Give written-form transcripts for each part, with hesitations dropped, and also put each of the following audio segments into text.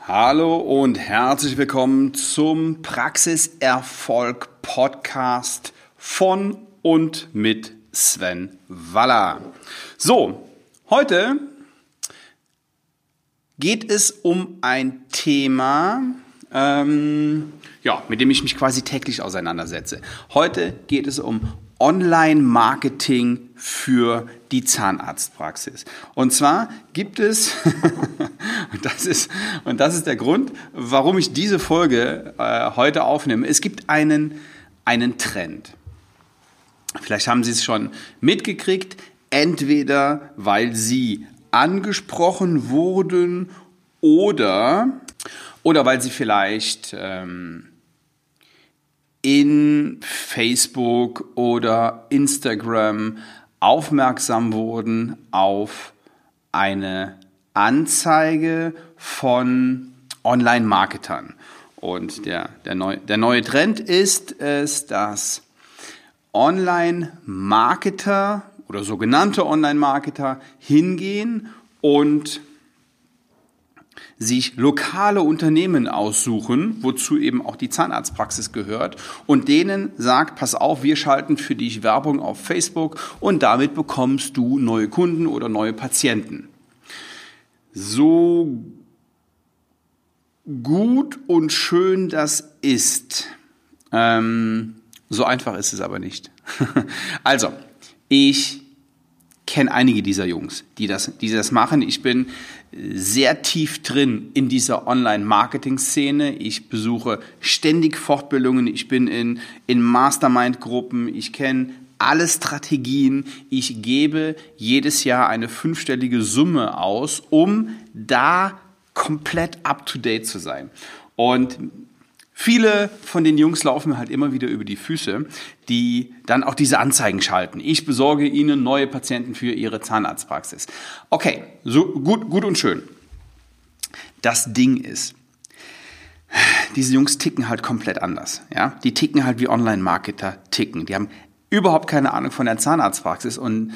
Hallo und herzlich willkommen zum Praxiserfolg Podcast von und mit Sven Waller. So, heute geht es um ein Thema, mit dem ich mich quasi täglich auseinandersetze. Heute geht es um Online-Marketing für die Zahnarztpraxis. Und zwar gibt es, und das ist der Grund, warum ich diese Folge heute aufnehme, es gibt einen Trend. Vielleicht haben Sie es schon mitgekriegt, entweder weil Sie angesprochen wurden oder weil Sie vielleicht in Facebook oder Instagram aufmerksam wurden auf eine Anzeige von Online-Marketern. Und der neue Trend ist es, dass Online-Marketer oder sogenannte Online-Marketer hingehen und sich lokale Unternehmen aussuchen, wozu eben auch die Zahnarztpraxis gehört, und denen sagt, pass auf, wir schalten für dich Werbung auf Facebook und damit bekommst du neue Kunden oder neue Patienten. So gut und schön das ist, so einfach ist es aber nicht. Also, ich kenne einige dieser Jungs, die das machen. Ich bin sehr tief drin in dieser Online-Marketing-Szene. Ich besuche ständig Fortbildungen. Ich bin in Mastermind-Gruppen. Ich kenne alle Strategien. Ich gebe jedes Jahr eine 5-stellige Summe aus, um da komplett up-to-date zu sein. Und viele von den Jungs laufen mir halt immer wieder über die Füße, die dann auch diese Anzeigen schalten. Ich besorge ihnen neue Patienten für ihre Zahnarztpraxis. Okay, so gut und schön. Das Ding ist, diese Jungs ticken halt komplett anders. Ja? Die ticken halt wie Online-Marketer ticken. Die haben überhaupt keine Ahnung von der Zahnarztpraxis und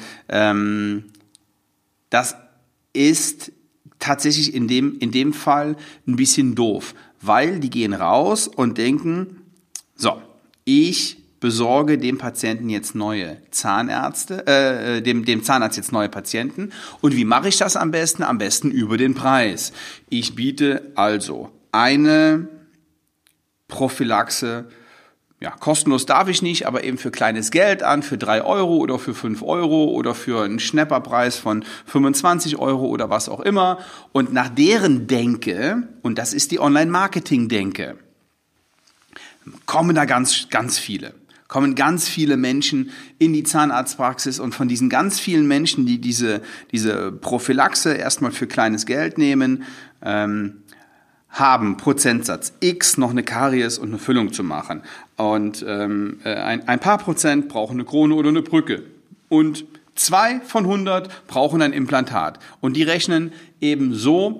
das ist tatsächlich in dem Fall ein bisschen doof, weil die gehen raus und denken, so, ich besorge dem Patienten jetzt neue Zahnärzte, dem Zahnarzt jetzt neue Patienten. Und wie mache ich das am besten? Am besten über den Preis. Ich biete also eine Prophylaxe, ja, kostenlos darf ich nicht, aber eben für kleines Geld an, für 3 Euro oder für 5 Euro oder für einen Schnäpperpreis von 25 Euro oder was auch immer. Und nach deren Denke, und das ist die Online-Marketing-Denke, kommen da ganz ganz viele Menschen in die Zahnarztpraxis, und von diesen ganz vielen Menschen, die diese Prophylaxe erstmal für kleines Geld nehmen, haben Prozentsatz X noch eine Karies und eine Füllung zu machen. Und ein paar Prozent brauchen eine Krone oder eine Brücke. Und 2 von 100 brauchen ein Implantat. Und die rechnen eben so,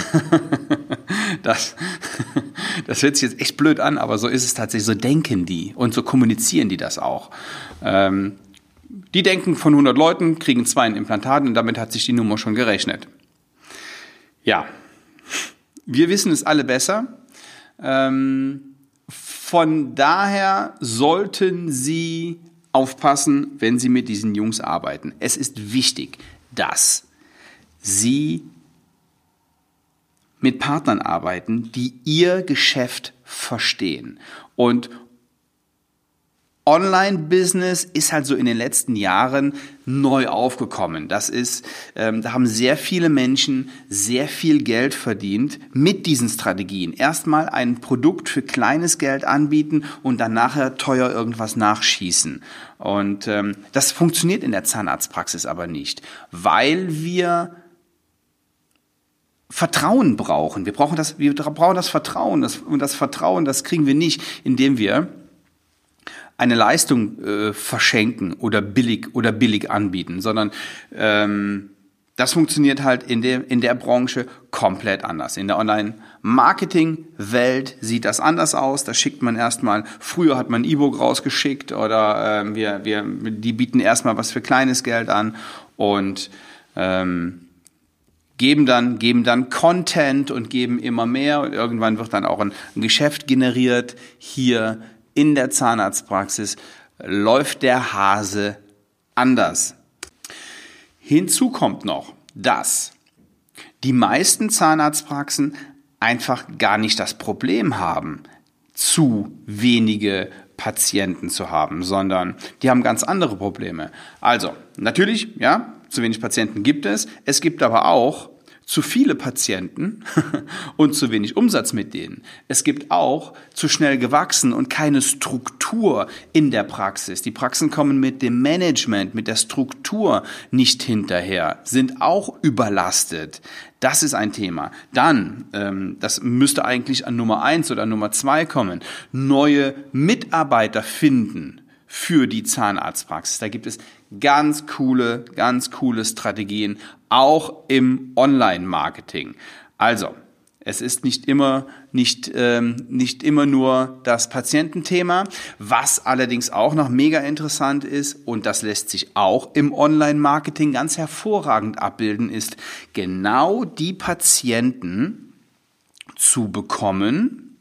das hört sich jetzt echt blöd an, aber so ist es tatsächlich, so denken die und so kommunizieren die das auch. Die denken, von 100 Leuten kriegen 2 ein Implantat, und damit hat sich die Nummer schon gerechnet. Ja. Wir wissen es alle besser. Von daher sollten Sie aufpassen, wenn Sie mit diesen Jungs arbeiten. Es ist wichtig, dass Sie mit Partnern arbeiten, die Ihr Geschäft verstehen. Und Online-Business ist halt so in den letzten Jahren neu aufgekommen. Das ist, da haben sehr viele Menschen sehr viel Geld verdient mit diesen Strategien. Erstmal ein Produkt für kleines Geld anbieten und dann nachher teuer irgendwas nachschießen. Und das funktioniert in der Zahnarztpraxis aber nicht, weil wir Vertrauen brauchen. Wir brauchen das Vertrauen. Und das Vertrauen, das kriegen wir nicht, indem wir eine Leistung verschenken oder billig anbieten, sondern das funktioniert halt in der Branche komplett anders. In der Online-Marketing-Welt sieht das anders aus. Da schickt man erstmal, früher hat man ein E-Book rausgeschickt oder die bieten erstmal was für kleines Geld an und geben dann Content und geben immer mehr und irgendwann wird dann auch ein Geschäft generiert. Hier in der Zahnarztpraxis läuft der Hase anders. Hinzu kommt noch, dass die meisten Zahnarztpraxen einfach gar nicht das Problem haben, zu wenige Patienten zu haben, sondern die haben ganz andere Probleme. Also, natürlich, ja, zu wenig Patienten gibt es. Es gibt aber auch zu viele Patienten und zu wenig Umsatz mit denen. Es gibt auch zu schnell gewachsen und keine Struktur in der Praxis. Die Praxen kommen mit dem Management, mit der Struktur nicht hinterher, sind auch überlastet. Das ist ein Thema. Dann, das müsste eigentlich an Nummer 1 oder Nummer 2 kommen, neue Mitarbeiter finden für die Zahnarztpraxis. Da gibt es ganz coole Strategien, auch im Online-Marketing. Also, es ist nicht immer nur das Patiententhema, was allerdings auch noch mega interessant ist, und das lässt sich auch im Online-Marketing ganz hervorragend abbilden, ist genau die Patienten zu bekommen,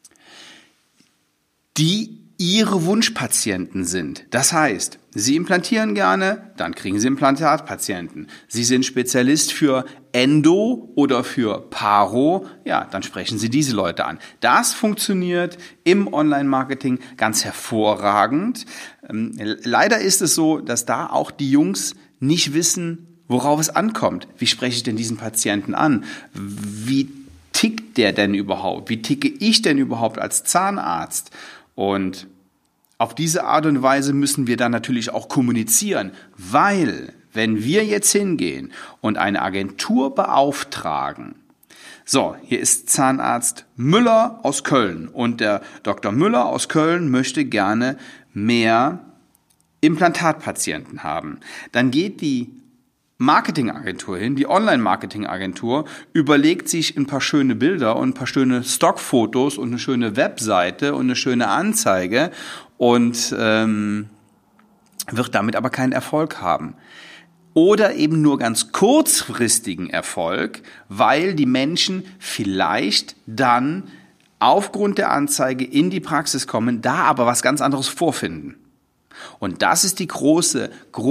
die Ihre Wunschpatienten sind. Das heißt, Sie implantieren gerne, dann kriegen Sie Implantatpatienten. Sie sind Spezialist für Endo oder für Paro, ja, dann sprechen Sie diese Leute an. Das funktioniert im Online-Marketing ganz hervorragend. Leider ist es so, dass da auch die Jungs nicht wissen, worauf es ankommt. Wie spreche ich denn diesen Patienten an? Wie tickt der denn überhaupt? Wie ticke ich denn überhaupt als Zahnarzt? Und auf diese Art und Weise müssen wir dann natürlich auch kommunizieren, weil wenn wir jetzt hingehen und eine Agentur beauftragen, so, hier ist Zahnarzt Müller aus Köln und der Dr. Müller aus Köln möchte gerne mehr Implantatpatienten haben, dann geht die Marketingagentur hin, die Online-Marketingagentur, überlegt sich ein paar schöne Bilder und ein paar schöne Stockfotos und eine schöne Webseite und eine schöne Anzeige und wird damit aber keinen Erfolg haben. Oder eben nur ganz kurzfristigen Erfolg, weil die Menschen vielleicht dann aufgrund der Anzeige in die Praxis kommen, da aber was ganz anderes vorfinden. Und das ist die große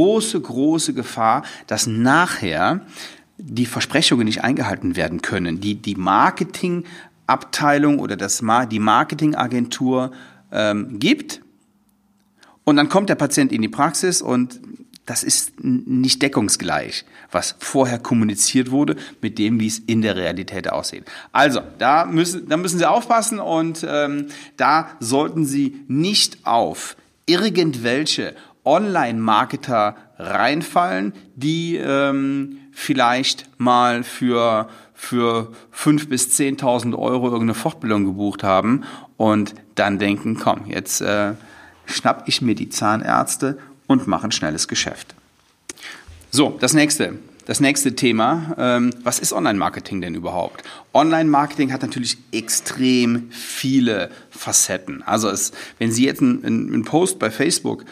Gefahr, dass nachher die Versprechungen nicht eingehalten werden können, die Marketingabteilung oder die Marketingagentur gibt. Und dann kommt der Patient in die Praxis und das ist nicht deckungsgleich, was vorher kommuniziert wurde mit dem, wie es in der Realität aussieht. Also, da müssen Sie aufpassen und da sollten Sie nicht auf irgendwelche Online-Marketer reinfallen, die vielleicht mal für 5.000 bis 10.000 Euro irgendeine Fortbildung gebucht haben und dann denken, komm, jetzt schnapp ich mir die Zahnärzte und mache ein schnelles Geschäft. So, das nächste Thema, was ist Online-Marketing denn überhaupt? Online-Marketing hat natürlich extrem viele Facetten. Also wenn Sie jetzt einen Post bei Facebook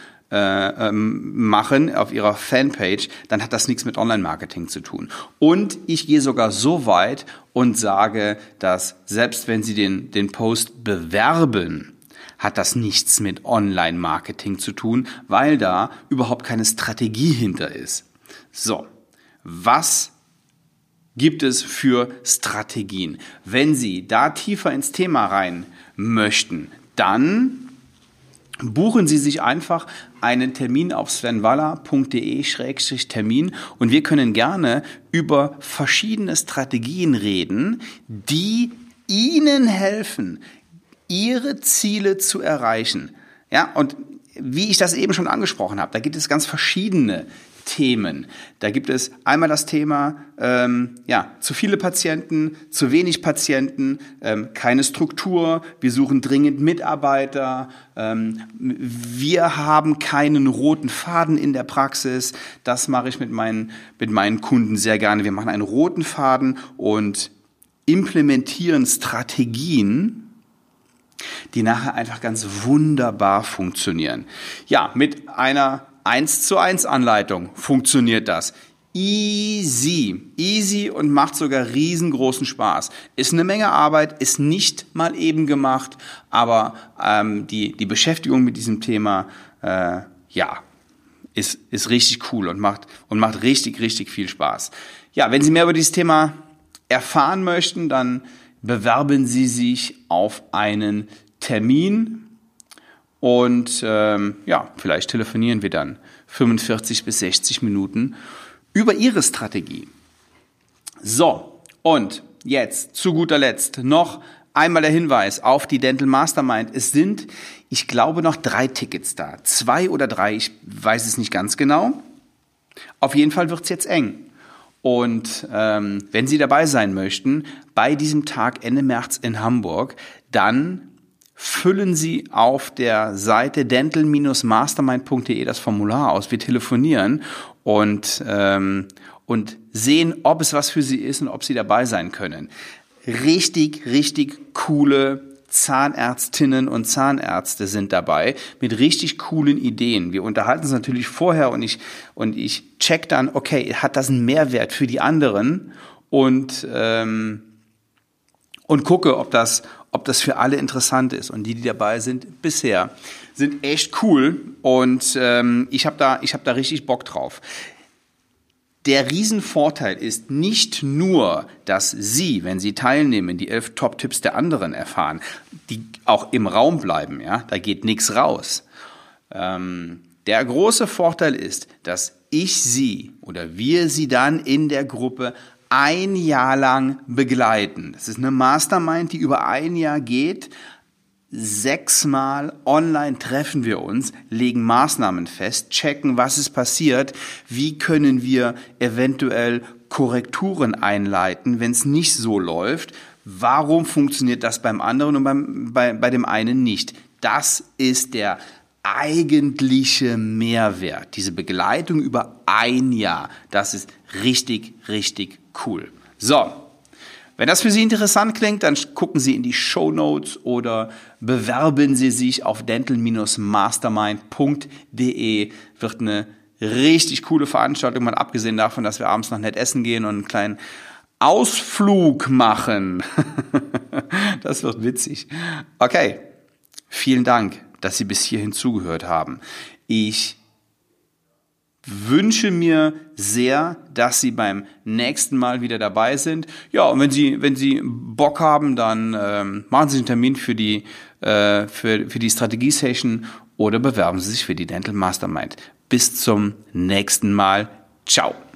machen auf Ihrer Fanpage, dann hat das nichts mit Online-Marketing zu tun. Und ich gehe sogar so weit und sage, dass selbst wenn Sie den Post bewerben, hat das nichts mit Online-Marketing zu tun, weil da überhaupt keine Strategie hinter ist. So, was gibt es für Strategien? Wenn Sie da tiefer ins Thema rein möchten, dann buchen Sie sich einfach einen Termin auf svenwaller.de/Termin und wir können gerne über verschiedene Strategien reden, die Ihnen helfen, Ihre Ziele zu erreichen. Ja, und wie ich das eben schon angesprochen habe, da gibt es ganz verschiedene Themen. Da gibt es einmal das Thema, zu viele Patienten, zu wenig Patienten, keine Struktur, wir suchen dringend Mitarbeiter, wir haben keinen roten Faden in der Praxis. Das mache ich mit meinen Kunden sehr gerne. Wir machen einen roten Faden und implementieren Strategien, die nachher einfach ganz wunderbar funktionieren. Ja, mit einer 1:1 Anleitung funktioniert das. Easy und macht sogar riesengroßen Spaß. Ist eine Menge Arbeit, ist nicht mal eben gemacht, aber die Beschäftigung mit diesem Thema, ist richtig cool und macht richtig viel Spaß. Ja, wenn Sie mehr über dieses Thema erfahren möchten, dann bewerben Sie sich auf einen Termin und vielleicht telefonieren wir dann 45 bis 60 Minuten über Ihre Strategie. So, und jetzt zu guter Letzt noch einmal der Hinweis auf die Dental Mastermind. Es sind, ich glaube, noch 3 Tickets da. 2 oder 3, ich weiß es nicht ganz genau. Auf jeden Fall wird es jetzt eng. Und wenn Sie dabei sein möchten, bei diesem Tag Ende März in Hamburg, dann füllen Sie auf der Seite dental-mastermind.de das Formular aus. Wir telefonieren und sehen, ob es was für Sie ist und ob Sie dabei sein können. Richtig coole Zahnärztinnen und Zahnärzte sind dabei mit richtig coolen Ideen. Wir unterhalten uns natürlich vorher und ich check dann, okay, hat das einen Mehrwert für die anderen und gucke, ob das für alle interessant ist. Und die dabei sind bisher, sind echt cool und ich hab da richtig Bock drauf. Der Riesenvorteil ist nicht nur, dass Sie, wenn Sie teilnehmen, die 11 Top-Tipps der anderen erfahren, die auch im Raum bleiben, ja, da geht nichts raus. Der große Vorteil ist, dass ich Sie oder wir Sie dann in der Gruppe ein Jahr lang begleiten. Das ist eine Mastermind, die über ein Jahr geht. 6-mal online treffen wir uns, legen Maßnahmen fest, checken, was ist passiert, wie können wir eventuell Korrekturen einleiten, wenn es nicht so läuft, warum funktioniert das beim anderen und bei dem einen nicht. Das ist der eigentliche Mehrwert, diese Begleitung über ein Jahr. Das ist richtig cool. So. Wenn das für Sie interessant klingt, dann gucken Sie in die Shownotes oder bewerben Sie sich auf dental-mastermind.de. Wird eine richtig coole Veranstaltung, mal abgesehen davon, dass wir abends noch nett essen gehen und einen kleinen Ausflug machen. Das wird witzig. Okay, vielen Dank, dass Sie bis hierhin zugehört haben. Ich wünsche mir sehr, dass Sie beim nächsten Mal wieder dabei sind. Ja, und wenn Sie Bock haben, dann machen Sie einen Termin für die Strategie-Session oder bewerben Sie sich für die Dental Mastermind. Bis zum nächsten Mal. Ciao.